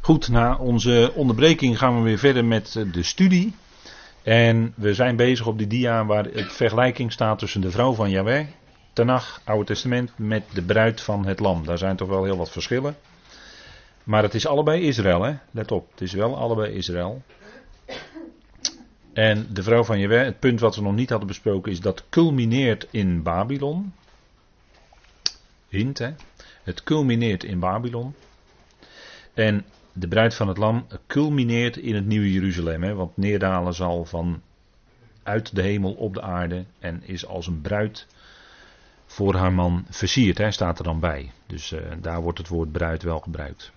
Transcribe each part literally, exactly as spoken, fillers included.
Goed, na onze onderbreking gaan we weer verder met de studie. En we zijn bezig op die dia waar het vergelijking staat tussen de vrouw van Jahweh, Tenach, Oude Testament, met de bruid van het lam. Daar zijn toch wel heel wat verschillen. Maar het is allebei Israël, hè? Let op, het is wel allebei Israël. En de vrouw van Jahweh, het punt wat we nog niet hadden besproken, is dat culmineert in Babylon. Hint, hè? Het culmineert in Babylon. En de bruid van het lam culmineert in het nieuwe Jeruzalem. Hè? Want neerdalen zal van uit de hemel op de aarde en is als een bruid voor haar man versierd. Hè? Staat er dan bij. Dus uh, daar wordt het woord bruid wel gebruikt.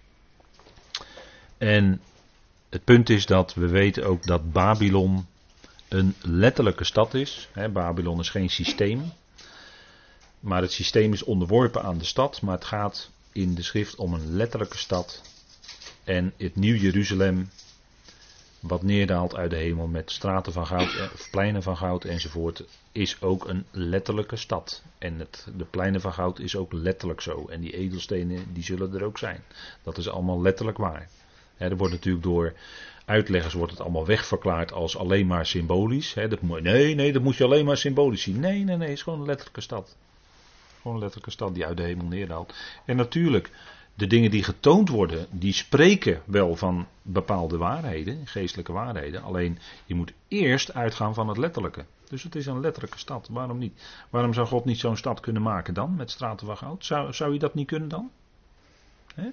En het punt is dat we weten ook dat Babylon een letterlijke stad is. Hè? Babylon is geen systeem. Maar het systeem is onderworpen aan de stad. Maar het gaat in de schrift om een letterlijke stad. En het nieuw Jeruzalem, wat neerdaalt uit de hemel met straten van goud, pleinen van goud enzovoort, is ook een letterlijke stad. En het, de pleinen van goud is ook letterlijk zo. En die edelstenen, die zullen er ook zijn. Dat is allemaal letterlijk waar. He, er wordt natuurlijk door uitleggers wordt het allemaal wegverklaard als alleen maar symbolisch. He, dat moet, nee, nee, dat moet je alleen maar symbolisch zien. Nee, nee, nee, het is gewoon een letterlijke stad. Gewoon een letterlijke stad die uit de hemel neerdaalt. En natuurlijk, de dingen die getoond worden, die spreken wel van bepaalde waarheden, geestelijke waarheden. Alleen, je moet eerst uitgaan van het letterlijke. Dus het is een letterlijke stad. Waarom niet? Waarom zou God niet zo'n stad kunnen maken dan, met straten van goud? Zou, zou je dat niet kunnen dan? Hè?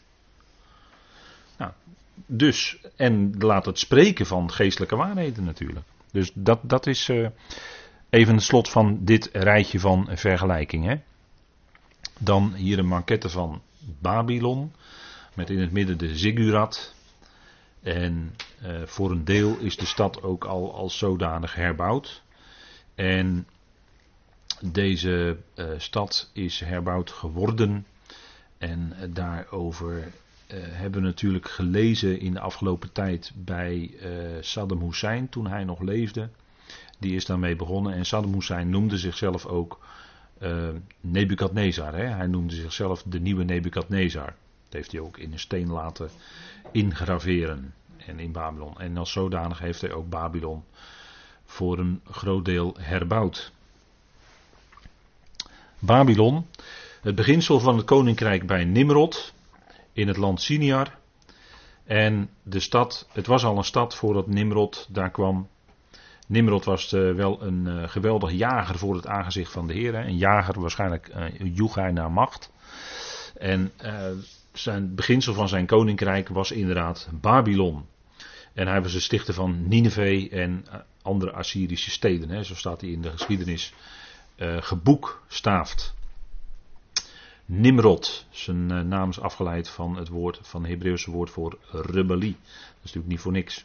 Nou, dus, en laat het spreken van geestelijke waarheden natuurlijk. Dus dat, dat is uh, even het slot van dit rijtje van vergelijking. Hè? Dan hier een maquette van Babylon, met in het midden de ziggurat. En uh, voor een deel is de stad ook al als zodanig herbouwd. En deze uh, stad is herbouwd geworden. En uh, daarover uh, hebben we natuurlijk gelezen in de afgelopen tijd bij uh, Saddam Hussein, toen hij nog leefde. Die is daarmee begonnen. En Saddam Hussein noemde zichzelf ook Uh, Nebukadnezar, hè? Hij noemde zichzelf de nieuwe Nebukadnezar. Dat heeft hij ook in een steen laten ingraveren en in Babylon. En als zodanig heeft hij ook Babylon voor een groot deel herbouwd. Babylon, het beginsel van het koninkrijk bij Nimrod in het land Siniar. En de stad, het was al een stad voordat Nimrod daar kwam. Nimrod was uh, wel een uh, geweldig jager voor het aangezicht van de Heer. Hè. Een jager, waarschijnlijk uh, joeg hij naar macht. En uh, zijn beginsel van zijn koninkrijk was inderdaad Babylon. En hij was de stichter van Nineveh en uh, andere Assyrische steden. Hè. Zo staat hij in de geschiedenis uh, geboekstaafd. Nimrod, zijn uh, naam is afgeleid van het woord, van het Hebreeuwse woord voor rebellie. Dat is natuurlijk niet voor niks.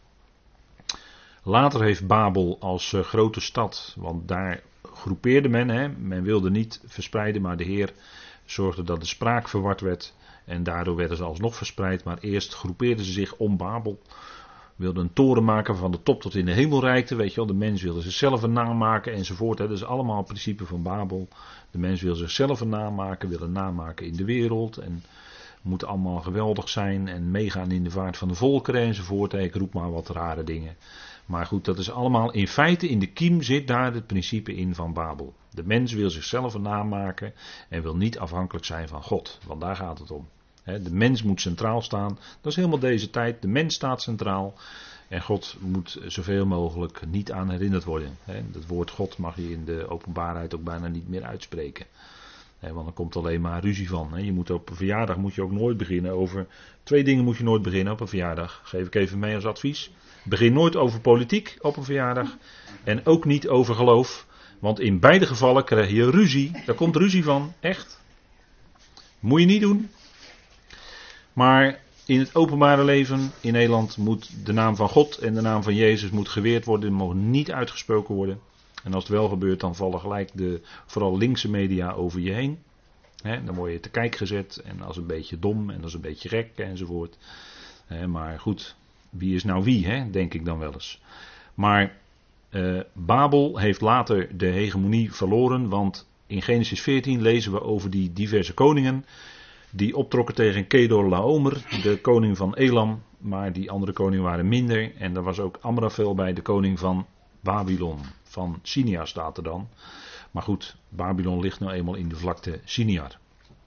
Later heeft Babel als uh, grote stad, want daar groepeerde men, hè, men wilde niet verspreiden, maar de Heer zorgde dat de spraak verward werd en daardoor werden ze alsnog verspreid, maar eerst groepeerden ze zich om Babel, wilden een toren maken van de top tot in de hemel reikte, weet je wel, de mens wilde zichzelf een naam maken enzovoort, hè, dat is allemaal het principe van Babel, de mens wil zichzelf een naam maken, wil een naam maken in de wereld en moet allemaal geweldig zijn en meegaan in de vaart van de volkeren enzovoort, hè, ik roep maar wat rare dingen. Maar goed, dat is allemaal in feite, in de kiem zit daar het principe in van Babel. De mens wil zichzelf een naam maken en wil niet afhankelijk zijn van God. Want daar gaat het om. De mens moet centraal staan. Dat is helemaal deze tijd. De mens staat centraal. En God moet zoveel mogelijk niet aan herinnerd worden. Dat woord God mag je in de openbaarheid ook bijna niet meer uitspreken. Want er komt alleen maar ruzie van. Je moet op een verjaardag moet je ook nooit beginnen over... Twee dingen moet je nooit beginnen op een verjaardag. Geef ik even mee als advies. Begin nooit over politiek op een verjaardag. En ook niet over geloof. Want in beide gevallen krijg je ruzie. Daar komt ruzie van. Echt. Moet je niet doen. Maar in het openbare leven in Nederland moet de naam van God en de naam van Jezus moet geweerd worden. Die mogen niet uitgesproken worden. En als het wel gebeurt, dan vallen gelijk de vooral linkse media over je heen. He, dan word je te kijk gezet. En dat is een beetje dom en dat is een beetje gek enzovoort. He, maar goed, wie is nou wie, hè? Denk ik dan wel eens. Maar uh, Babel heeft later de hegemonie verloren. Want in Genesis veertien lezen we over die diverse koningen Die optrokken tegen Kedorlaomer, de koning van Elam. Maar die andere koningen waren minder. En er was ook Amraphel bij, de koning van Babylon. Van Siniar staat er dan. Maar goed, Babylon ligt nou eenmaal in de vlakte Siniar.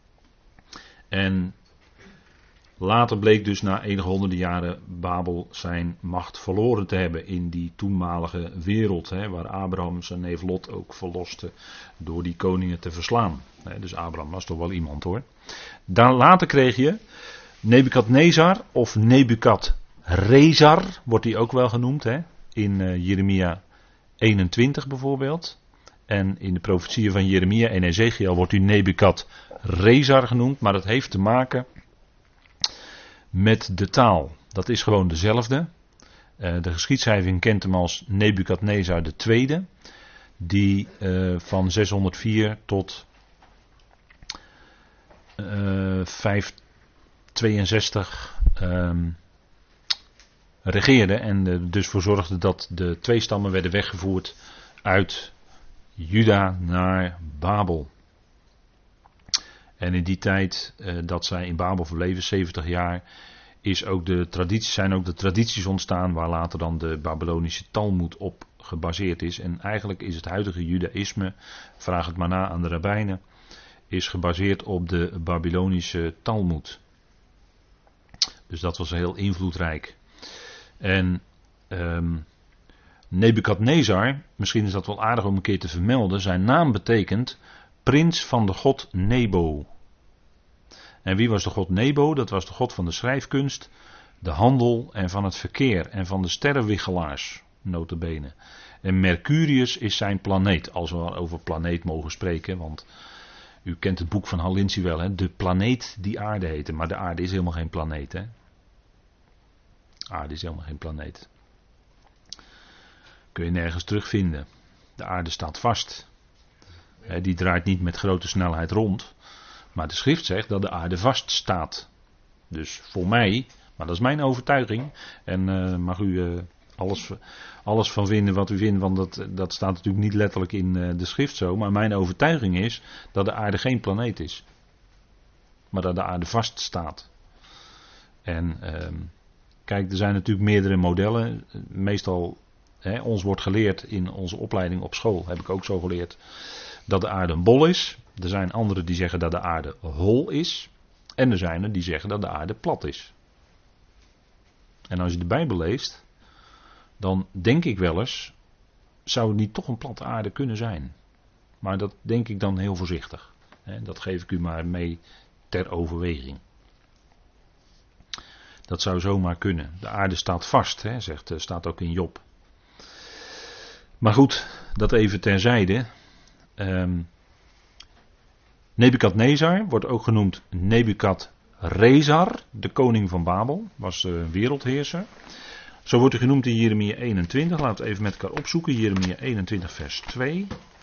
En later bleek dus na enige honderden jaren Babel zijn macht verloren te hebben in die toenmalige wereld. Hè, waar Abraham zijn neef Lot ook verloste door die koningen te verslaan. Hè, dus Abraham was toch wel iemand hoor. Daar later kreeg je Nebukadnezar of Nebukadrezar, wordt hij ook wel genoemd. Hè, in uh, Jeremia eenentwintig bijvoorbeeld. En in de profetieën van Jeremia en Ezekiel wordt hij Nebukadrezar genoemd. Maar dat heeft te maken met de taal. Dat is gewoon dezelfde. Uh, de geschiedschrijving kent hem als Nebukadnezar de tweede. Die uh, van zeshonderdvier tot uh, vijfhonderdtweeënzestig um, regeerde. En uh, dus voor zorgde dat de twee stammen werden weggevoerd uit Juda naar Babel. En in die tijd uh, dat zij in Babel verbleven, zeventig jaar, is ook de tradities, zijn ook de tradities ontstaan waar later dan de Babylonische Talmoed op gebaseerd is. En eigenlijk is het huidige Judaïsme, vraag het maar na aan de rabbijnen, is gebaseerd op de Babylonische Talmoed. Dus dat was heel invloedrijk. En um, Nebukadnezar, misschien is dat wel aardig om een keer te vermelden, zijn naam betekent prins van de god Nebo. En wie was de god Nebo? Dat was de god van de schrijfkunst, de handel en van het verkeer en van de sterrenwichelaars, nota bene. En Mercurius is zijn planeet, als we over planeet mogen spreken, want u kent het boek van Halinci wel, hè? De planeet die aarde heette, maar de aarde is helemaal geen planeet. Hè? Aarde is helemaal geen planeet. Kun je nergens terugvinden. De aarde staat vast. He, die draait niet met grote snelheid rond. Maar de schrift zegt dat de aarde vast staat. Dus voor mij, maar dat is mijn overtuiging. En uh, mag u uh, alles, alles van vinden wat u vindt. Want dat, dat staat natuurlijk niet letterlijk in uh, de schrift zo. Maar mijn overtuiging is dat de aarde geen planeet is. Maar dat de aarde vast staat. En uh, kijk, er zijn natuurlijk meerdere modellen. Meestal, hè, ons wordt geleerd in onze opleiding op school. Heb ik ook zo geleerd. Dat de aarde een bol is. Er zijn anderen die zeggen dat de aarde hol is. En er zijn er die zeggen dat de aarde plat is. En als je de Bijbel leest, dan denk ik wel eens, zou het niet toch een platte aarde kunnen zijn? Maar dat denk ik dan heel voorzichtig. Dat geef ik u maar mee ter overweging. Dat zou zomaar kunnen. De aarde staat vast, hè, zegt, staat ook in Job. Maar goed, dat even terzijde. Um, Nebukadnezar wordt ook genoemd Nebukadrezar, de koning van Babel, was de wereldheerser. Zo wordt hij genoemd in Jeremia eenentwintig. Laten we even met elkaar opzoeken. Jeremia eenentwintig vers twee.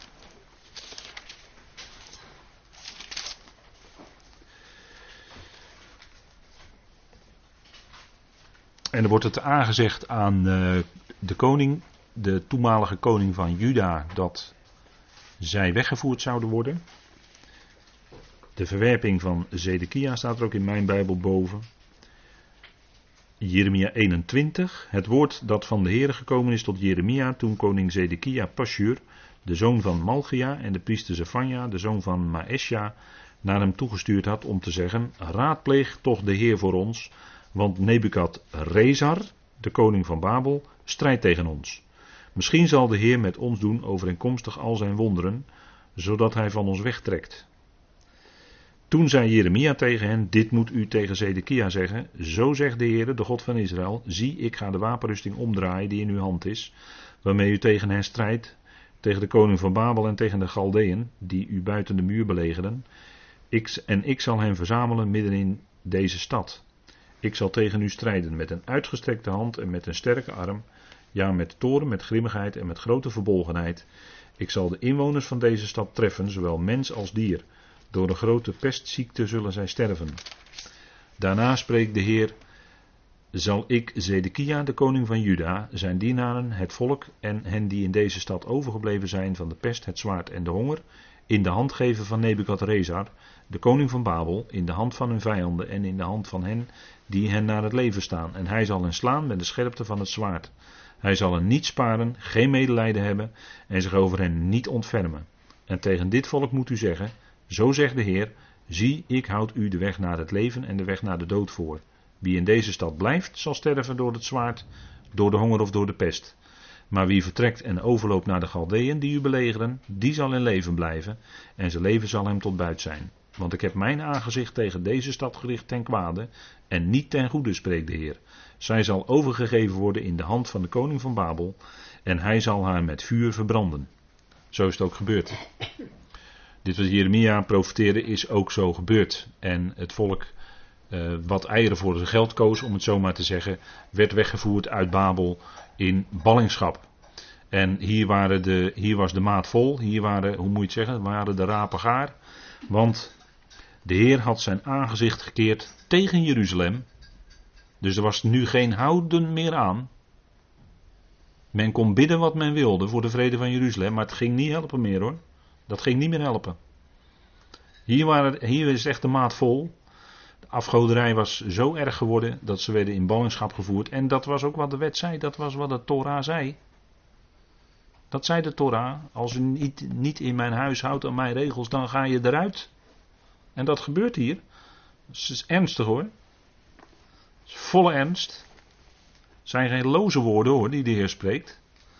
En er wordt het aangezegd aan uh, de koning, de toenmalige koning van Juda, dat zij weggevoerd zouden worden. De verwerping van Zedekia staat er ook in mijn Bijbel boven. Jeremia eenentwintig. Het woord dat van de Heere gekomen is tot Jeremia toen koning Zedekia Pashur, de zoon van Malchia, en de priester Zefania, de zoon van Maesja, naar hem toegestuurd had om te zeggen: raadpleeg toch de Heer voor ons, want Nebukadrezar, de koning van Babel, strijdt tegen ons. Misschien zal de Heer met ons doen overeenkomstig al zijn wonderen, zodat hij van ons wegtrekt. Toen zei Jeremia tegen hen: dit moet u tegen Zedekia zeggen. Zo zegt de Heer, de God van Israël: zie, ik ga de wapenrusting omdraaien die in uw hand is, waarmee u tegen hen strijdt, tegen de koning van Babel en tegen de Galdeën, die u buiten de muur belegeren. Ik, en ik zal hen verzamelen midden in deze stad. Ik zal tegen u strijden met een uitgestrekte hand en met een sterke arm, ja, met toorn, met grimmigheid en met grote verbolgenheid. Ik zal de inwoners van deze stad treffen, zowel mens als dier. Door een grote pestziekte zullen zij sterven. Daarna spreekt de Heer: zal ik Zedekia, de koning van Juda, zijn dienaren, het volk en hen die in deze stad overgebleven zijn van de pest, het zwaard en de honger, in de hand geven van Nebukadrezar, de koning van Babel, in de hand van hun vijanden en in de hand van hen die hen naar het leven staan. En hij zal hen slaan met de scherpte van het zwaard. Hij zal hen niet sparen, geen medelijden hebben en zich over hen niet ontfermen. En tegen dit volk moet u zeggen, zo zegt de Heer, zie, ik houd u de weg naar het leven en de weg naar de dood voor. Wie in deze stad blijft, zal sterven door het zwaard, door de honger of door de pest. Maar wie vertrekt en overloopt naar de Galdeën die u belegeren, die zal in leven blijven en zijn leven zal hem tot buit zijn. Want ik heb mijn aangezicht tegen deze stad gericht ten kwade en niet ten goede, spreekt de Heer. Zij zal overgegeven worden in de hand van de koning van Babel en hij zal haar met vuur verbranden. Zo is het ook gebeurd. Dit wat Jeremia profeteerde is ook zo gebeurd. En het volk uh, wat eieren voor zijn geld koos, om het zo maar te zeggen, werd weggevoerd uit Babel in ballingschap. En hier, waren de, hier was de maat vol, hier waren, hoe moet je het zeggen, waren de rapen gaar. Want de Heer had zijn aangezicht gekeerd tegen Jeruzalem. Dus er was nu geen houden meer aan. Men kon bidden wat men wilde voor de vrede van Jeruzalem, maar het ging niet helpen meer hoor. Dat ging niet meer helpen. Hier, waren, hier is echt de maat vol. De afgoderij was zo erg geworden dat ze werden in ballingschap gevoerd. En dat was ook wat de wet zei, dat was wat de Torah zei. Dat zei de Torah, als u niet, niet in mijn huis houdt aan mijn regels, dan ga je eruit. En dat gebeurt hier. Dat is ernstig hoor. Dat is volle ernst. Het zijn geen loze woorden hoor, die de Heer spreekt.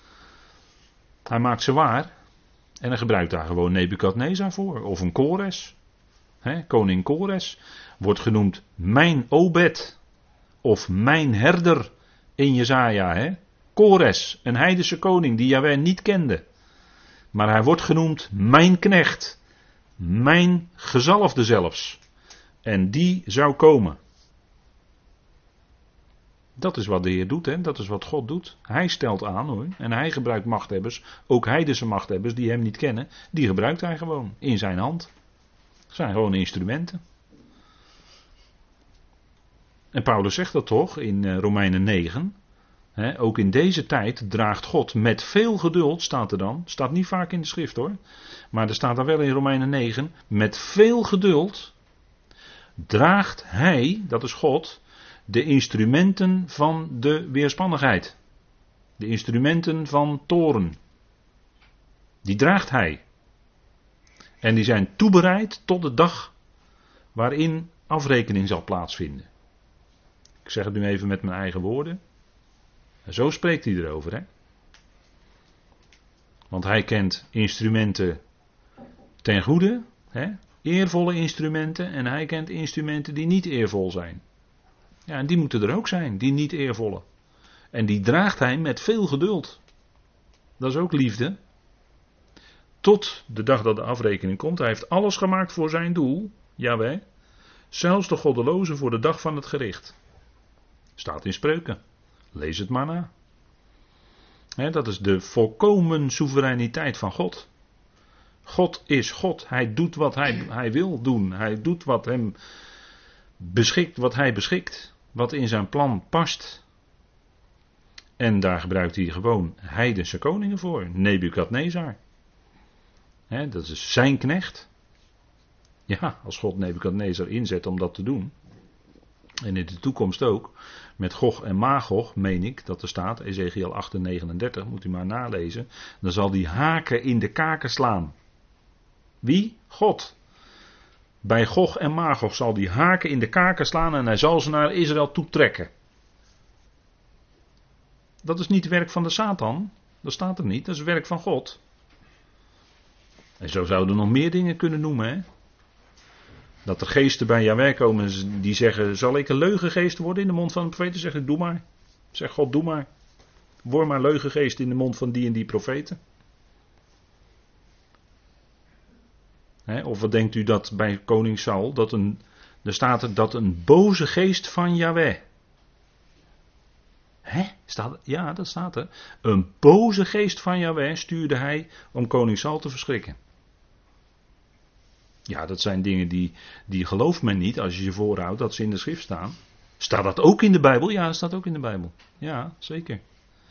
Hij maakt ze waar. En hij gebruikt daar gewoon Nebukadnezar voor. Of een Kores. He, koning Kores wordt genoemd mijn Obed. Of mijn herder in Jesaja. He. Kores, een heidense koning die Jahweh niet kende. Maar hij wordt genoemd mijn knecht. Mijn gezalfde zelfs. En die zou komen. Dat is wat de Heer doet, hè? Dat is wat God doet. Hij stelt aan hoor. En hij gebruikt machthebbers, ook heidense machthebbers die hem niet kennen, die gebruikt hij gewoon in zijn hand. Dat zijn gewoon instrumenten. En Paulus zegt dat toch in uh, Romeinen negen. Hè? Ook in deze tijd draagt God met veel geduld, staat er dan. Staat niet vaak in de schrift hoor. Maar er staat dan wel in Romeinen negen. Met veel geduld draagt hij, dat is God, de instrumenten van de weerspannigheid. De instrumenten van toorn. Die draagt hij. En die zijn toebereid tot de dag waarin afrekening zal plaatsvinden. Ik zeg het nu even met mijn eigen woorden. En zo spreekt hij erover. Hè? Want hij kent instrumenten ten goede. Hè? Eervolle instrumenten. En hij kent instrumenten die niet eervol zijn. Ja, en die moeten er ook zijn, die niet eervolle. En die draagt hij met veel geduld. Dat is ook liefde. Tot de dag dat de afrekening komt. Hij heeft alles gemaakt voor zijn doel. Jawel. Zelfs de goddelozen voor de dag van het gericht. Staat in Spreuken. Lees het maar na. He, dat is de volkomen soevereiniteit van God. God is God. Hij doet wat hij, hij wil doen. Hij doet wat hem beschikt, wat hij beschikt. Wat in zijn plan past. En daar gebruikt hij gewoon heidense koningen voor. Nebukadnezar. He, dat is zijn knecht. Ja, als God Nebukadnezar inzet om dat te doen. En in de toekomst ook. Met Gog en Magog, meen ik dat er staat. Ezekiel acht en negenendertig, moet u maar nalezen. Dan zal die haken in de kaken slaan. Wie? God. Bij Gog en Magog zal die haken in de kaken slaan en hij zal ze naar Israël toetrekken. Dat is niet het werk van de Satan. Dat staat er niet. Dat is het werk van God. En zo zouden we nog meer dingen kunnen noemen. Hè? Dat er geesten bij Jahweh komen die zeggen, zal ik een leugengeest worden in de mond van een profeet? Dan zeg ik, doe maar. Zeg God, doe maar. Word maar leugengeest in de mond van die en die profeten. He, of wat denkt u dat bij koning Saul, dat een, er staat er dat een boze geest van Jahweh. Hè? Staat, ja, dat staat er. Een boze geest van Jahweh stuurde hij om koning Saul te verschrikken. Ja, dat zijn dingen die, die gelooft men niet als je je voorhoudt dat ze in de schrift staan. Staat dat ook in de Bijbel? Ja, dat staat ook in de Bijbel. Ja, zeker.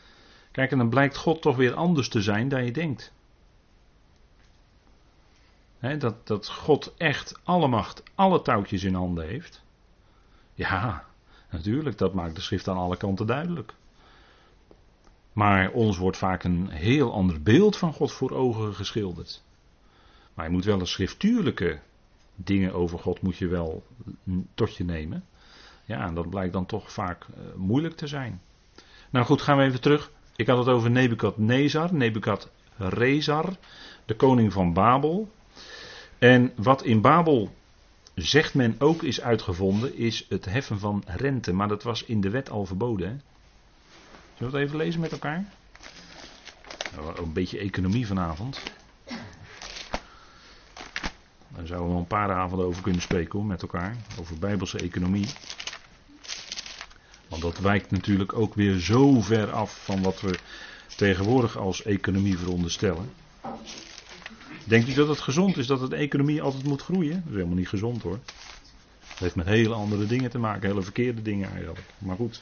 Kijk, en dan blijkt God toch weer anders te zijn dan je denkt. He, dat, dat God echt alle macht, alle touwtjes in handen heeft. Ja, natuurlijk, dat maakt de schrift aan alle kanten duidelijk. Maar ons wordt vaak een heel ander beeld van God voor ogen geschilderd. Maar je moet wel de schriftuurlijke dingen over God moet je wel tot je nemen. Ja, en dat blijkt dan toch vaak uh, moeilijk te zijn. Nou goed, gaan we even terug. Ik had het over Nebukadnezar, Nebukadrezar, de koning van Babel. En wat in Babel, zegt men, ook is uitgevonden, is het heffen van rente. Maar dat was in de wet al verboden. Hè? Zullen we het even lezen met elkaar? Nou, een beetje economie vanavond. Daar zouden we wel een paar avonden over kunnen spreken hoor, met elkaar. Over bijbelse economie. Want dat wijkt natuurlijk ook weer zo ver af van wat we tegenwoordig als economie veronderstellen. Denkt u dat het gezond is dat de economie altijd moet groeien? Dat is helemaal niet gezond hoor. Dat heeft met hele andere dingen te maken, hele verkeerde dingen eigenlijk. Maar goed.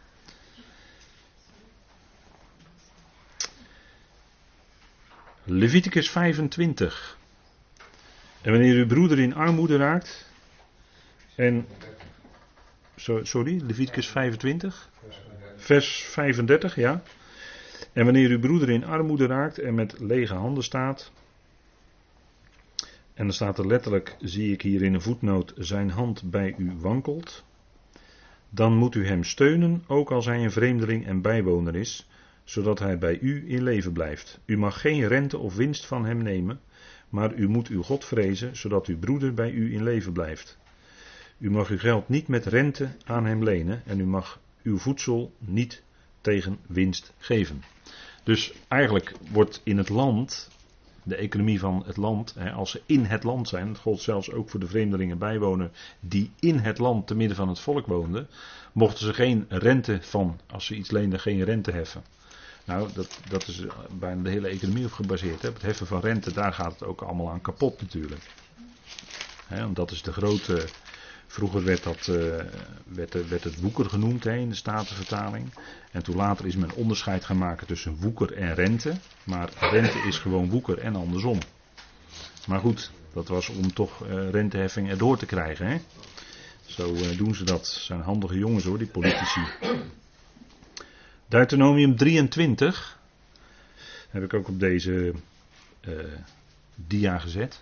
Leviticus vijfentwintig. En wanneer uw broeder in armoede raakt. En. Sorry, Leviticus vijfentwintig. Vers vijfendertig, ja. En wanneer uw broeder in armoede raakt en met lege handen staat. En dan staat er letterlijk, zie ik hier in een voetnoot, zijn hand bij u wankelt. Dan moet u hem steunen, ook als hij een vreemdeling en bijwoner is, zodat hij bij u in leven blijft. U mag geen rente of winst van hem nemen, maar u moet uw God vrezen, zodat uw broeder bij u in leven blijft. U mag uw geld niet met rente aan hem lenen en u mag uw voedsel niet tegen winst geven. Dus eigenlijk wordt in het land, de economie van het land, hè, als ze in het land zijn, het gold zelfs ook voor de vreemdelingen bijwoner die in het land te midden van het volk woonden, mochten ze geen rente van, als ze iets leenden, geen rente heffen. Nou, dat, dat is bijna de hele economie op gebaseerd. Hè. Het heffen van rente, daar gaat het ook allemaal aan kapot natuurlijk. Hè, want dat is de grote. Vroeger werd, dat, uh, werd, werd het woeker genoemd hè, in de Statenvertaling. En toen later is men onderscheid gaan maken tussen woeker en rente. Maar rente is gewoon woeker en andersom. Maar goed, dat was om toch uh, renteheffing erdoor te krijgen. Hè. Zo uh, doen ze dat. Dat zijn handige jongens hoor, die politici. Deuteronomium drieëntwintig. Heb ik ook op deze uh, dia gezet.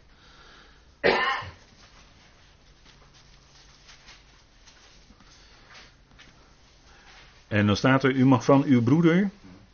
En dan staat er, u mag van uw broeder,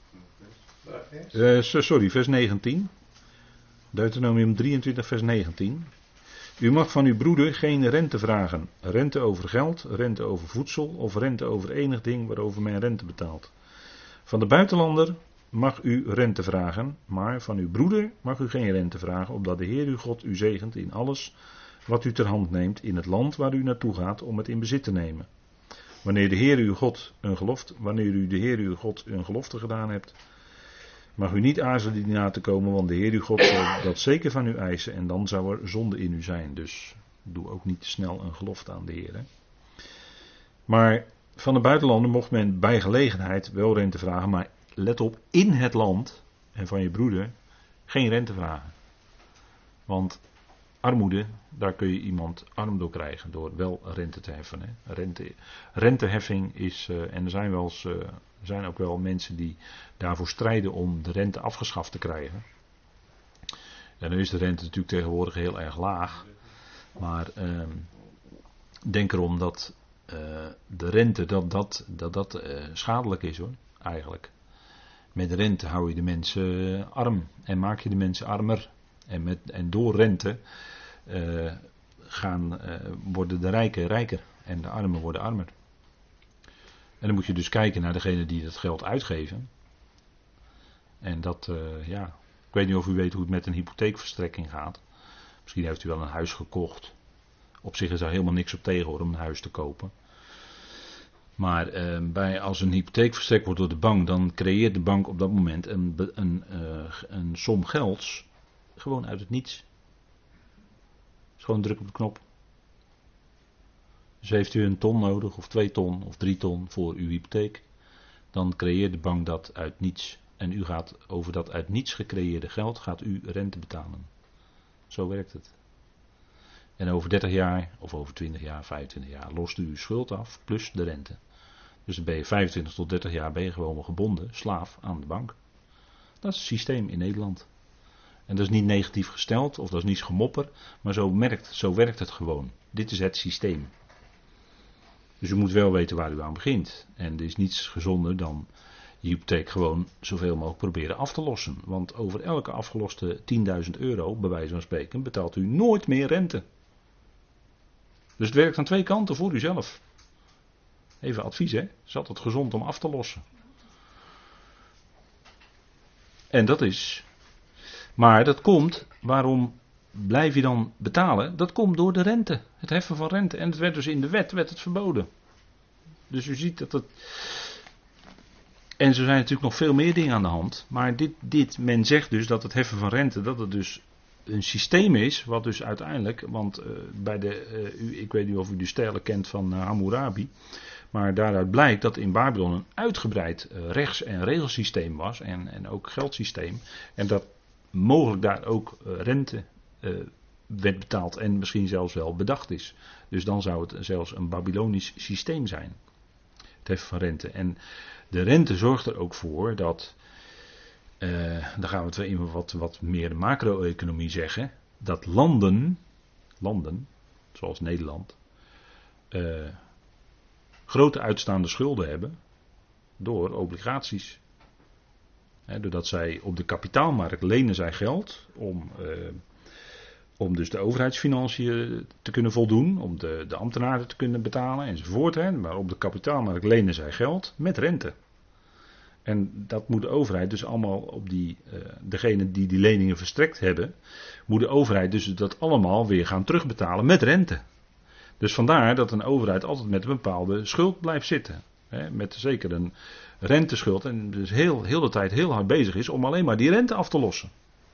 uh, sorry, vers negentien. Deuteronomium drieëntwintig, vers negentien. U mag van uw broeder geen rente vragen. Rente over geld, rente over voedsel of rente over enig ding waarover men rente betaalt. Van de buitenlander mag u rente vragen, maar van uw broeder mag u geen rente vragen, opdat de Heer uw God u zegent in alles wat u ter hand neemt in het land waar u naartoe gaat om het in bezit te nemen. Wanneer de Heer uw God een gelofte, wanneer u de Heer uw God een gelofte gedaan hebt, mag u niet aarzelen die na te komen, want de Heer uw God zal dat zeker van u eisen en dan zou er zonde in u zijn. Dus doe ook niet te snel een gelofte aan de Heer. Hè. Maar van de buitenlanden mocht men bij gelegenheid wel rente vragen, maar let op, in het land en van je broeder geen rente vragen. Want armoede, daar kun je iemand arm door krijgen door wel rente te heffen. Hè. Rente, renteheffing is, uh, en er zijn, wel eens, uh, er zijn ook wel mensen die daarvoor strijden om de rente afgeschaft te krijgen. En dan is de rente natuurlijk tegenwoordig heel erg laag. Maar uh, denk erom dat uh, de rente dat dat, dat, dat uh, schadelijk is hoor, eigenlijk. Met rente hou je de mensen arm en maak je de mensen armer. En, met, en door rente uh, gaan, uh, worden de rijken rijker en de armen worden armer. En dan moet je dus kijken naar degene die dat geld uitgeven. En dat, uh, ja, ik weet niet of u weet hoe het met een hypotheekverstrekking gaat. Misschien heeft u wel een huis gekocht. Op zich is daar helemaal niks op tegen hoor, om een huis te kopen. Maar uh, bij, als een hypotheek verstrekt wordt door de bank, dan creëert de bank op dat moment een, een, uh, een som gelds. Gewoon uit het niets. Dus gewoon druk op de knop. Dus heeft u een ton nodig, of twee ton, of drie ton voor uw hypotheek. Dan creëert de bank dat uit niets. En u gaat over dat uit niets gecreëerde geld, gaat u rente betalen. Zo werkt het. En over dertig jaar, of over twintig jaar, vijfentwintig jaar, lost u uw schuld af, plus de rente. Dus dan ben je vijfentwintig tot dertig jaar ben je gewoon gebonden, slaaf aan de bank. Dat is het systeem in Nederland. En dat is niet negatief gesteld, of dat is niet gemopper, maar zo, merkt, zo werkt het gewoon. Dit is het systeem. Dus u moet wel weten waar u aan begint. En er is niets gezonder dan je hypotheek gewoon zoveel mogelijk proberen af te lossen. Want over elke afgeloste tienduizend euro, bij wijze van spreken, betaalt u nooit meer rente. Dus het werkt aan twee kanten voor uzelf. Even advies, hè. Het is altijd gezond om af te lossen. En dat is... Maar dat komt, waarom blijf je dan betalen? Dat komt door de rente. Het heffen van rente. En het werd dus in de wet werd het verboden. Dus u ziet dat het... En er zijn natuurlijk nog veel meer dingen aan de hand. Maar dit, dit, men zegt dus dat het heffen van rente, dat het dus een systeem is, wat dus uiteindelijk, want uh, bij de, uh, u, ik weet niet of u de stijlen kent van uh, Hammurabi, maar daaruit blijkt dat in Babylon een uitgebreid uh, rechts- en regelsysteem was en, en ook geldsysteem. En dat mogelijk daar ook uh, rente uh, werd betaald en misschien zelfs wel bedacht is. Dus dan zou het zelfs een Babylonisch systeem zijn. Het heffen van rente. En de rente zorgt er ook voor dat, uh, dan gaan we het weer in wat, wat meer de macro-economie zeggen, dat landen, landen, zoals Nederland, uh, grote uitstaande schulden hebben door obligaties. He, doordat zij op de kapitaalmarkt lenen zij geld om, uh, om dus de overheidsfinanciën te kunnen voldoen, om de, de ambtenaren te kunnen betalen enzovoort. He. Maar op de kapitaalmarkt lenen zij geld met rente. En dat moet de overheid dus allemaal op die, uh, degene die die leningen verstrekt hebben, moet de overheid dus dat allemaal weer gaan terugbetalen met rente. Dus vandaar dat een overheid altijd met een bepaalde schuld blijft zitten. Hè, met zeker een renteschuld en dus heel, heel de tijd heel hard bezig is om alleen maar die rente af te lossen.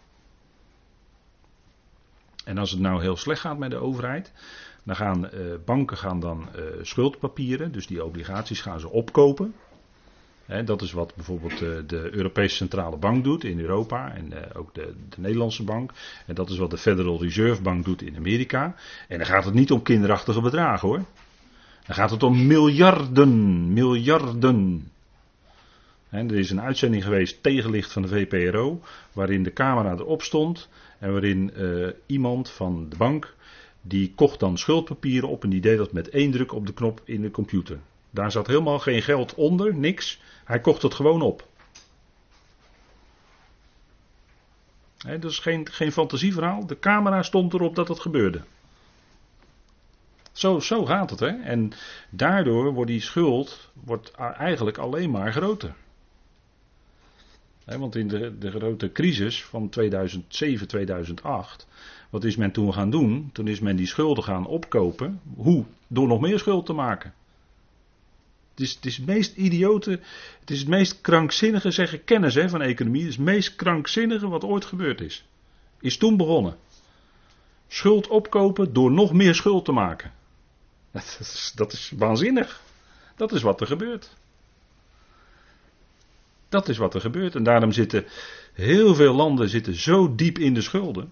En als het nou heel slecht gaat met de overheid, dan gaan uh, banken gaan dan uh, schuldpapieren, dus die obligaties gaan ze opkopen. He, dat is wat bijvoorbeeld de, de Europese Centrale Bank doet in Europa en uh, ook de, de Nederlandse bank. En dat is wat de Federal Reserve Bank doet in Amerika. En dan gaat het niet om kinderachtige bedragen hoor. Dan gaat het om miljarden, miljarden. He, er is een uitzending geweest, Tegenlicht van de V P R O, waarin de camera erop stond en waarin uh, iemand van de bank, die kocht dan schuldpapieren op en die deed dat met één druk op de knop in de computer. Daar zat helemaal geen geld onder, niks. Hij kocht het gewoon op. He, dat is geen, geen fantasieverhaal. De camera stond erop dat het gebeurde. Zo, zo gaat het, hè. En daardoor wordt die schuld wordt eigenlijk alleen maar groter. He, want in de, de grote crisis van tweeduizend zeven, tweeduizend acht... wat is men toen gaan doen? Toen is men die schulden gaan opkopen. Hoe? Door nog meer schuld te maken. Het is, het is het meest idiote, het is het meest krankzinnige, zeggen kennis hè, van economie. Het is het meest krankzinnige wat ooit gebeurd is. Is toen begonnen. Schuld opkopen door nog meer schuld te maken. Dat is, dat is waanzinnig. Dat is wat er gebeurt. Dat is wat er gebeurt. En daarom zitten heel veel landen zitten zo diep in de schulden.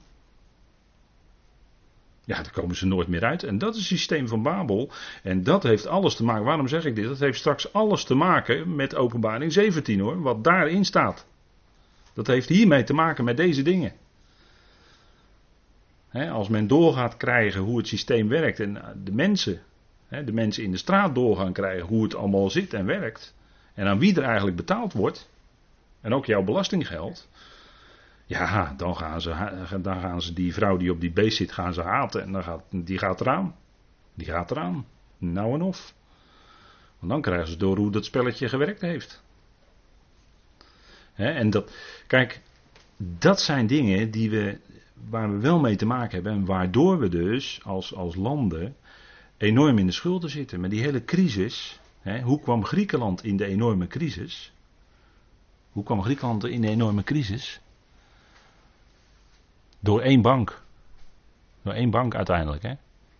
Ja, daar komen ze nooit meer uit. En dat is het systeem van Babel. En dat heeft alles te maken. Waarom zeg ik dit? Dat heeft straks alles te maken met Openbaring zeventien hoor. Wat daarin staat. Dat heeft hiermee te maken met deze dingen. He, als men doorgaat krijgen hoe het systeem werkt. En de mensen. He, de mensen in de straat doorgaan krijgen hoe het allemaal zit en werkt. En aan wie er eigenlijk betaald wordt. En ook jouw belastinggeld. Ja, dan gaan, ze, dan gaan ze die vrouw die op die beest zit, gaan ze haten. En dan gaat, die gaat eraan. Die gaat eraan. Nou en of. Want dan krijgen ze door hoe dat spelletje gewerkt heeft. He, en dat, kijk, dat zijn dingen die we, waar we wel mee te maken hebben. En waardoor we dus als, als landen enorm in de schulden zitten. Met die hele crisis. He, hoe kwam Griekenland in de enorme crisis? Hoe kwam Griekenland in de enorme crisis? Door één bank. Door één bank uiteindelijk. Hè?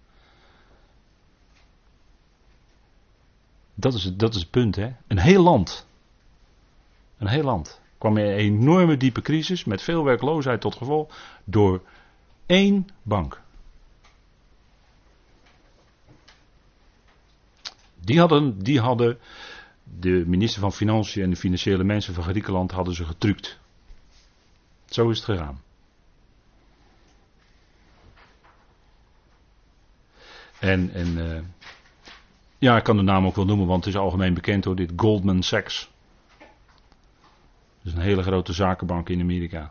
Dat is het, dat is het punt. Hè? Een heel land. Een heel land. Kwam in een enorme diepe crisis met veel werkloosheid tot gevolg. Door Eén bank. Die hadden, die hadden de minister van Financiën en de financiële mensen van Griekenland hadden ze getrukt. Zo is het gegaan. En, en uh, ja, ik kan de naam ook wel noemen, want het is algemeen bekend hoor, dit Goldman Sachs. Dat is een hele grote zakenbank in Amerika.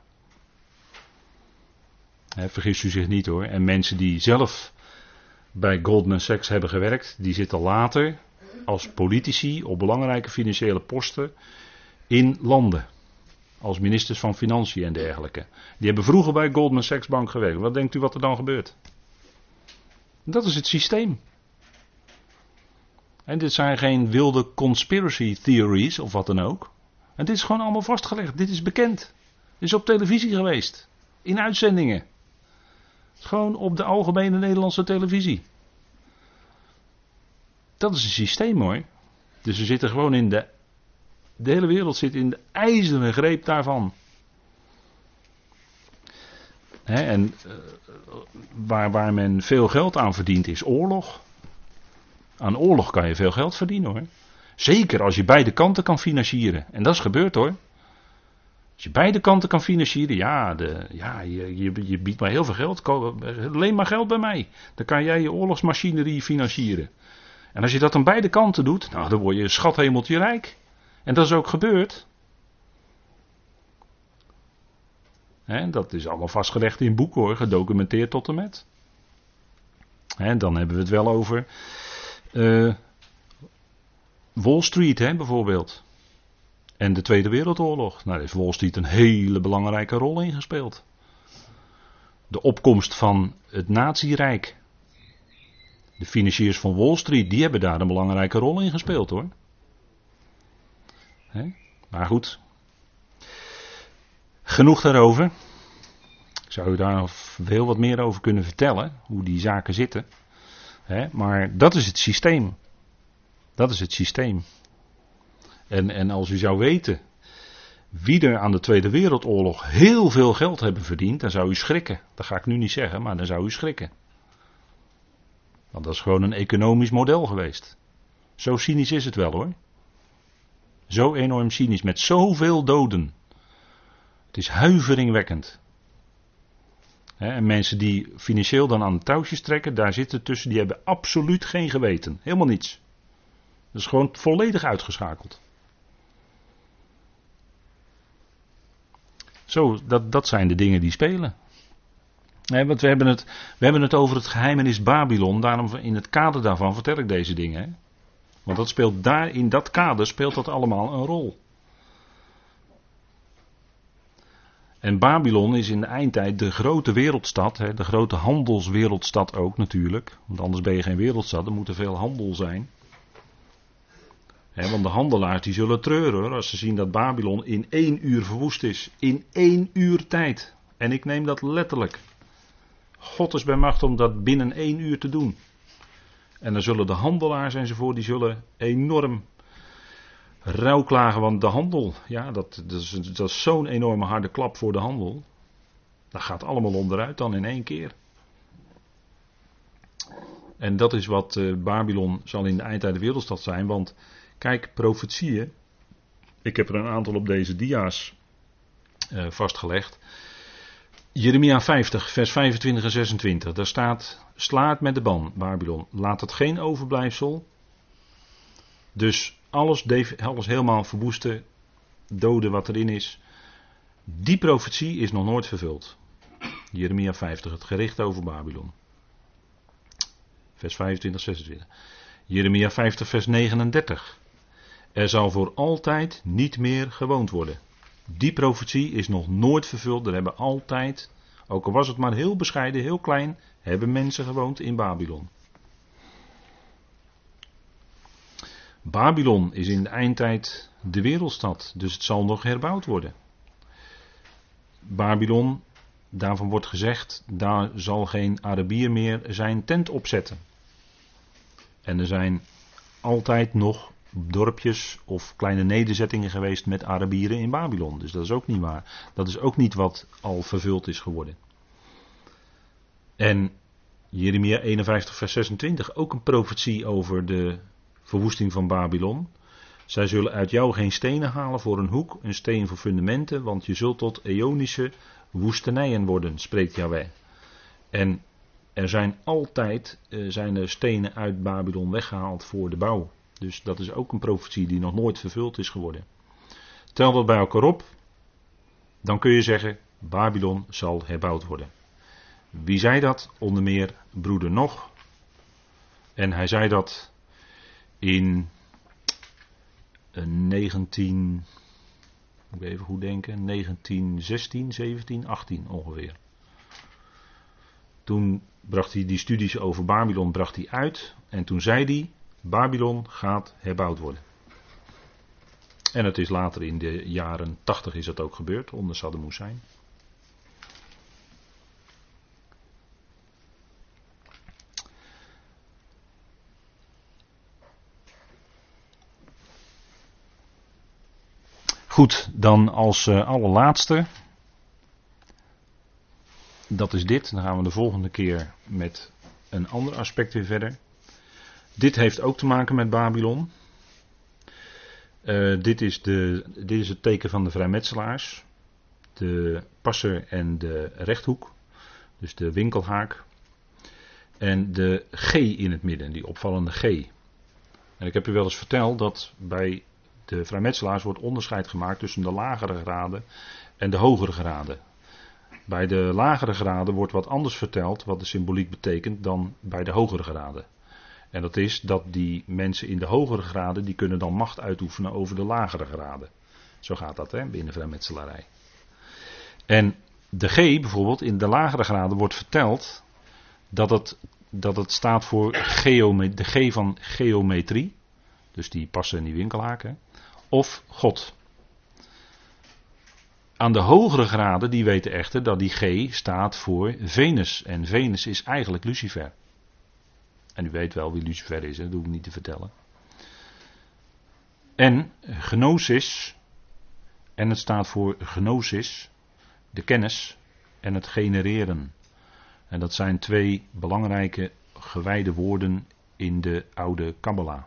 He, vergis u zich niet hoor. En mensen die zelf bij Goldman Sachs hebben gewerkt, die zitten later als politici op belangrijke financiële posten in landen. Als ministers van Financiën en dergelijke. Die hebben vroeger bij Goldman Sachs Bank gewerkt. Wat denkt u wat er dan gebeurt? Dat is het systeem. En dit zijn geen wilde conspiracy theories of wat dan ook. En dit is gewoon allemaal vastgelegd. Dit is bekend. Dit is op televisie geweest. In uitzendingen. Gewoon op de algemene Nederlandse televisie. Dat is een systeem hoor. Dus we zitten gewoon in de... De hele wereld zit in de ijzeren greep daarvan. He, en uh, waar, waar men veel geld aan verdient is oorlog. Aan oorlog kan je veel geld verdienen hoor. Zeker als je beide kanten kan financieren. En dat is gebeurd hoor. Als je beide kanten kan financieren, ja, de, ja je, je, je biedt maar heel veel geld. Leen maar geld bij mij. Dan kan jij je oorlogsmachinerie financieren. En als je dat aan beide kanten doet, nou, dan word je schathemeltje rijk. En dat is ook gebeurd. He, dat is allemaal vastgelegd in boeken hoor, gedocumenteerd tot en met. He, dan hebben we het wel over uh, Wall Street he, bijvoorbeeld. En de Tweede Wereldoorlog. Nou, daar heeft Wall Street een hele belangrijke rol in gespeeld. De opkomst van het Nazi-rijk. De financiers van Wall Street, die hebben daar een belangrijke rol in gespeeld hoor. He? Maar goed. Genoeg daarover. Ik zou u daar nog heel wat meer over kunnen vertellen. Hoe die zaken zitten. He? Maar dat is het systeem. Dat is het systeem. En, en als u zou weten wie er aan de Tweede Wereldoorlog heel veel geld hebben verdiend, dan zou u schrikken. Dat ga ik nu niet zeggen, maar dan zou u schrikken. Want dat is gewoon een economisch model geweest. Zo cynisch is het wel hoor. Zo enorm cynisch, met zoveel doden. Het is huiveringwekkend. He, en mensen die financieel dan aan de touwtjes trekken, daar zitten tussen, die hebben absoluut geen geweten. Helemaal niets. Dat is gewoon volledig uitgeschakeld. Zo, dat, dat zijn de dingen die spelen. Nee, want we hebben, het, we hebben het over het geheimenis Babylon, daarom in het kader daarvan vertel ik deze dingen. Hè? Want dat speelt daar, in dat kader speelt dat allemaal een rol. En Babylon is in de eindtijd de grote wereldstad, hè, de grote handelswereldstad ook natuurlijk. Want anders ben je geen wereldstad, er moet er veel handel zijn. He, want de handelaars die zullen treuren hoor, als ze zien dat Babylon in één uur verwoest is. In één uur tijd. En ik neem dat letterlijk. God is bij macht om dat binnen één uur te doen. En dan zullen de handelaars enzovoort, die zullen enorm rouwklagen. Want de handel, ja, dat, dat is, dat is zo'n enorme harde klap voor de handel. Dat gaat allemaal onderuit dan in één keer. En dat is wat uh, Babylon zal in de eindtijd de wereldstad zijn, want... Kijk, profetieën. Ik heb er een aantal op deze dia's uh, vastgelegd. Jeremia vijftig, vers vijfentwintig en zesentwintig. Daar staat: sla het met de ban, Babylon. Laat het geen overblijfsel. Dus alles, alles helemaal verwoesten, doden wat erin is. Die profetie is nog nooit vervuld. Jeremia vijftig, het gericht over Babylon. Vers vijfentwintig, zesentwintig. Jeremia vijftig, vers negenendertig. Er zal voor altijd niet meer gewoond worden. Die profetie is nog nooit vervuld. Er hebben altijd, ook al was het maar heel bescheiden, heel klein, hebben mensen gewoond in Babylon. Babylon is in de eindtijd de wereldstad, dus het zal nog herbouwd worden. Babylon, daarvan wordt gezegd, daar zal geen Arabier meer zijn tent opzetten. En er zijn altijd nog dorpjes of kleine nederzettingen geweest met Arabieren in Babylon. Dus dat is ook niet waar. Dat is ook niet wat al vervuld is geworden. En Jeremia eenenvijftig vers zesentwintig, ook een profetie over de verwoesting van Babylon. Zij zullen uit jou geen stenen halen voor een hoek, een steen voor fundamenten, want je zult tot eonische woestenijen worden, spreekt Jahweh. En er zijn altijd uh, zijn er stenen uit Babylon weggehaald voor de bouw. Dus dat is ook een profetie die nog nooit vervuld is geworden. Tel dat bij elkaar op, dan kun je zeggen, Babylon zal herbouwd worden. Wie zei dat? Onder meer broeder Nog. En hij zei dat in negentien, moet ik even goed denken, negentien zestien, zeventien, achttien ongeveer. Toen bracht hij die studies over Babylon bracht hij uit en toen zei hij, Babylon gaat herbouwd worden. En het is later in de jaren tachtig is dat ook gebeurd, onder Saddam Hussein. Goed, dan als uh, allerlaatste, dat is dit, dan gaan we de volgende keer met een ander aspect weer verder. Dit heeft ook te maken met Babylon. Uh, dit, is de, dit is het teken van de vrijmetselaars, de passer en de rechthoek, dus de winkelhaak. En de G in het midden, die opvallende G. En ik heb u wel eens verteld dat bij de vrijmetselaars wordt onderscheid gemaakt tussen de lagere graden en de hogere graden. Bij de lagere graden wordt wat anders verteld wat de symboliek betekent dan bij de hogere graden. En dat is dat die mensen in de hogere graden, die kunnen dan macht uitoefenen over de lagere graden. Zo gaat dat hè, binnen vrijmetselarij. En de G bijvoorbeeld, in de lagere graden wordt verteld dat het, dat het staat voor geome- de G van geometrie. Dus die passen en die winkelhaken. Of God. Aan de hogere graden, die weten echter dat die G staat voor Venus. En Venus is eigenlijk Lucifer. En u weet wel wie Lucifer is, hè? Dat hoef ik niet te vertellen. En gnosis. En het staat voor gnosis, de kennis en het genereren. En dat zijn twee belangrijke gewijde woorden in de oude Kabbala.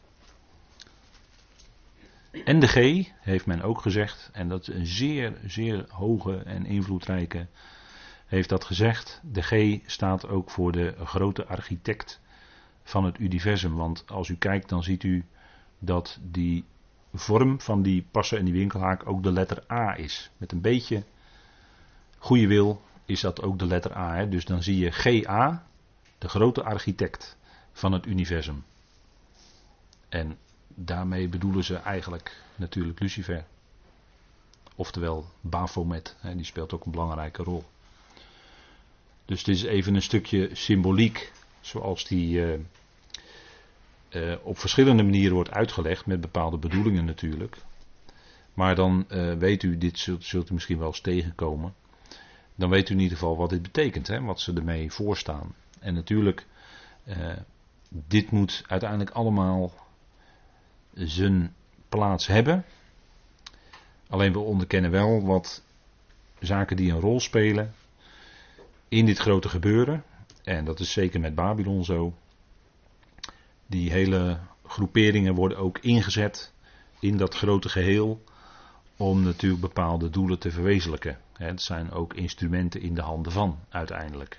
En de G, heeft men ook gezegd, en dat is een zeer, zeer hoge en invloedrijke, heeft dat gezegd. De G staat ook voor de grote architect van het universum. Want als u kijkt, dan ziet u dat die vorm van die passer en die winkelhaak ook de letter A is. Met een beetje goede wil is dat ook de letter A. Hè? Dus dan zie je G A, de grote architect van het universum. En daarmee bedoelen ze eigenlijk natuurlijk Lucifer. Oftewel Baphomet, hè, die speelt ook een belangrijke rol. Dus dit is even een stukje symboliek, zoals die uh, uh, op verschillende manieren wordt uitgelegd, met bepaalde bedoelingen natuurlijk. Maar dan uh, weet u, dit zult, zult u misschien wel eens tegenkomen. Dan weet u in ieder geval wat dit betekent, hè, wat ze ermee voorstaan. En natuurlijk, uh, dit moet uiteindelijk allemaal zijn plaats hebben. Alleen we onderkennen wel wat zaken die een rol spelen in dit grote gebeuren. En dat is zeker met Babylon zo. Die hele groeperingen worden ook ingezet in dat grote geheel om natuurlijk bepaalde doelen te verwezenlijken. Het zijn ook instrumenten in de handen van uiteindelijk.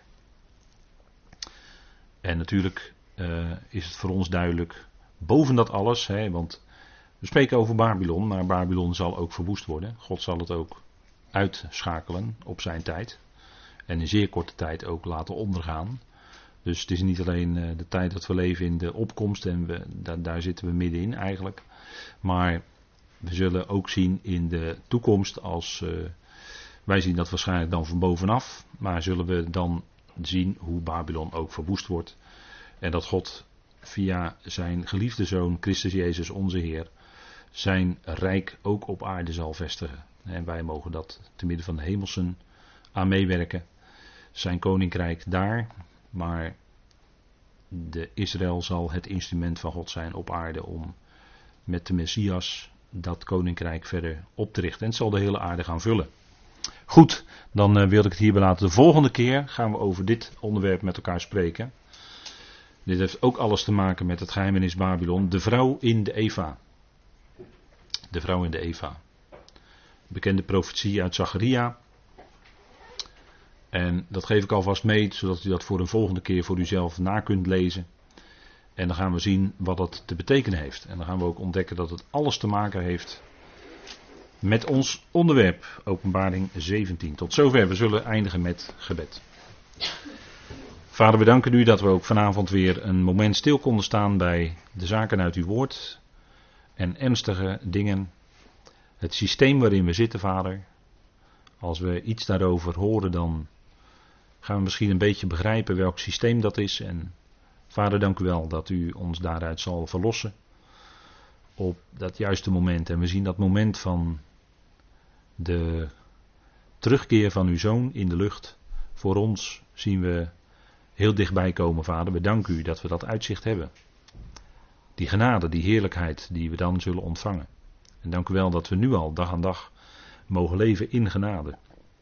En natuurlijk uh, is het voor ons duidelijk, boven dat alles, hè, want we spreken over Babylon, maar Babylon zal ook verwoest worden. God zal het ook uitschakelen op zijn tijd. En in zeer korte tijd ook laten ondergaan. Dus het is niet alleen uh, de tijd dat we leven in de opkomst en we, da- daar zitten we middenin eigenlijk. Maar we zullen ook zien in de toekomst, als uh, wij zien dat waarschijnlijk dan van bovenaf, maar zullen we dan zien hoe Babylon ook verwoest wordt. En dat God via zijn geliefde Zoon, Christus Jezus onze Heer, zijn rijk ook op aarde zal vestigen. En wij mogen dat te midden van de hemelsen aan meewerken. Zijn koninkrijk daar, maar de Israël zal het instrument van God zijn op aarde om met de Messias dat koninkrijk verder op te richten. En het zal de hele aarde gaan vullen. Goed, dan uh, wilde ik het hierbij laten. De volgende keer gaan we over dit onderwerp met elkaar spreken. Dit heeft ook alles te maken met het geheimenis Babylon. De vrouw in de Eva. De vrouw in de Eva. Bekende profetie uit Zacharia. En dat geef ik alvast mee, zodat u dat voor een volgende keer voor uzelf na kunt lezen. En dan gaan we zien wat dat te betekenen heeft. En dan gaan we ook ontdekken dat het alles te maken heeft met ons onderwerp. Openbaring zeventien. Tot zover. We zullen eindigen met gebed. Vader, we danken u dat we ook vanavond weer een moment stil konden staan bij de zaken uit uw woord. En ernstige dingen. Het systeem waarin we zitten, Vader. Als we iets daarover horen, dan gaan we misschien een beetje begrijpen welk systeem dat is. En Vader, dank u wel dat u ons daaruit zal verlossen. Op dat juiste moment. En we zien dat moment van de terugkeer van uw zoon in de lucht. Voor ons zien we heel dichtbij komen, Vader. We danken u dat we dat uitzicht hebben. Die genade, die heerlijkheid die we dan zullen ontvangen. En dank u wel dat we nu al dag aan dag mogen leven in genade.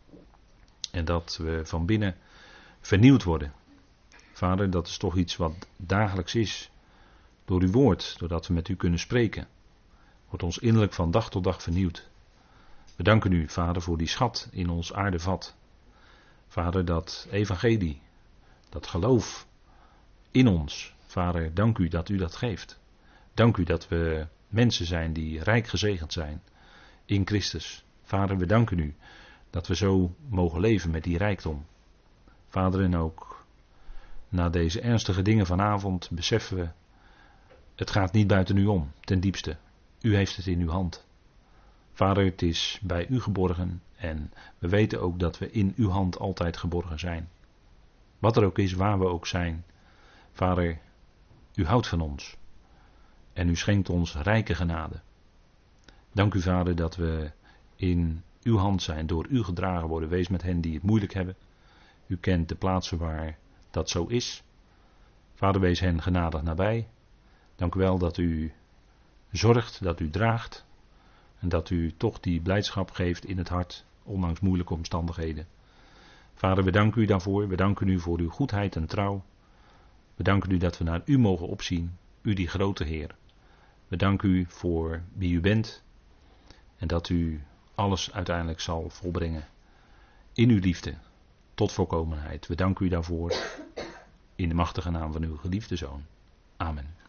En dat we van binnen vernieuwd worden. Vader, dat is toch iets wat dagelijks is. Door uw woord, doordat we met u kunnen spreken. Wordt ons innerlijk van dag tot dag vernieuwd. We danken u, Vader, voor die schat in ons aardevat. Vader, dat evangelie, dat geloof in ons. Vader, dank u dat u dat geeft. Dank u dat we mensen zijn die rijk gezegend zijn in Christus. Vader, we danken u dat we zo mogen leven met die rijkdom. Vader, en ook na deze ernstige dingen vanavond beseffen we, het gaat niet buiten u om, ten diepste. U heeft het in uw hand. Vader, het is bij u geborgen en we weten ook dat we in uw hand altijd geborgen zijn. Wat er ook is, waar we ook zijn. Vader, u houdt van ons. En u schenkt ons rijke genade. Dank u, Vader, dat we in uw hand zijn, door u gedragen worden. Wees met hen die het moeilijk hebben. U kent de plaatsen waar dat zo is. Vader, wees hen genadig nabij. Dank u wel dat u zorgt, dat u draagt. En dat u toch die blijdschap geeft in het hart, ondanks moeilijke omstandigheden. Vader, we danken u daarvoor. We danken u voor uw goedheid en trouw. We danken u dat we naar u mogen opzien. U die grote Heer. We danken u voor wie u bent. En dat u alles uiteindelijk zal volbrengen. In uw liefde. Tot volkomenheid. We danken u daarvoor. In de machtige naam van uw geliefde Zoon. Amen.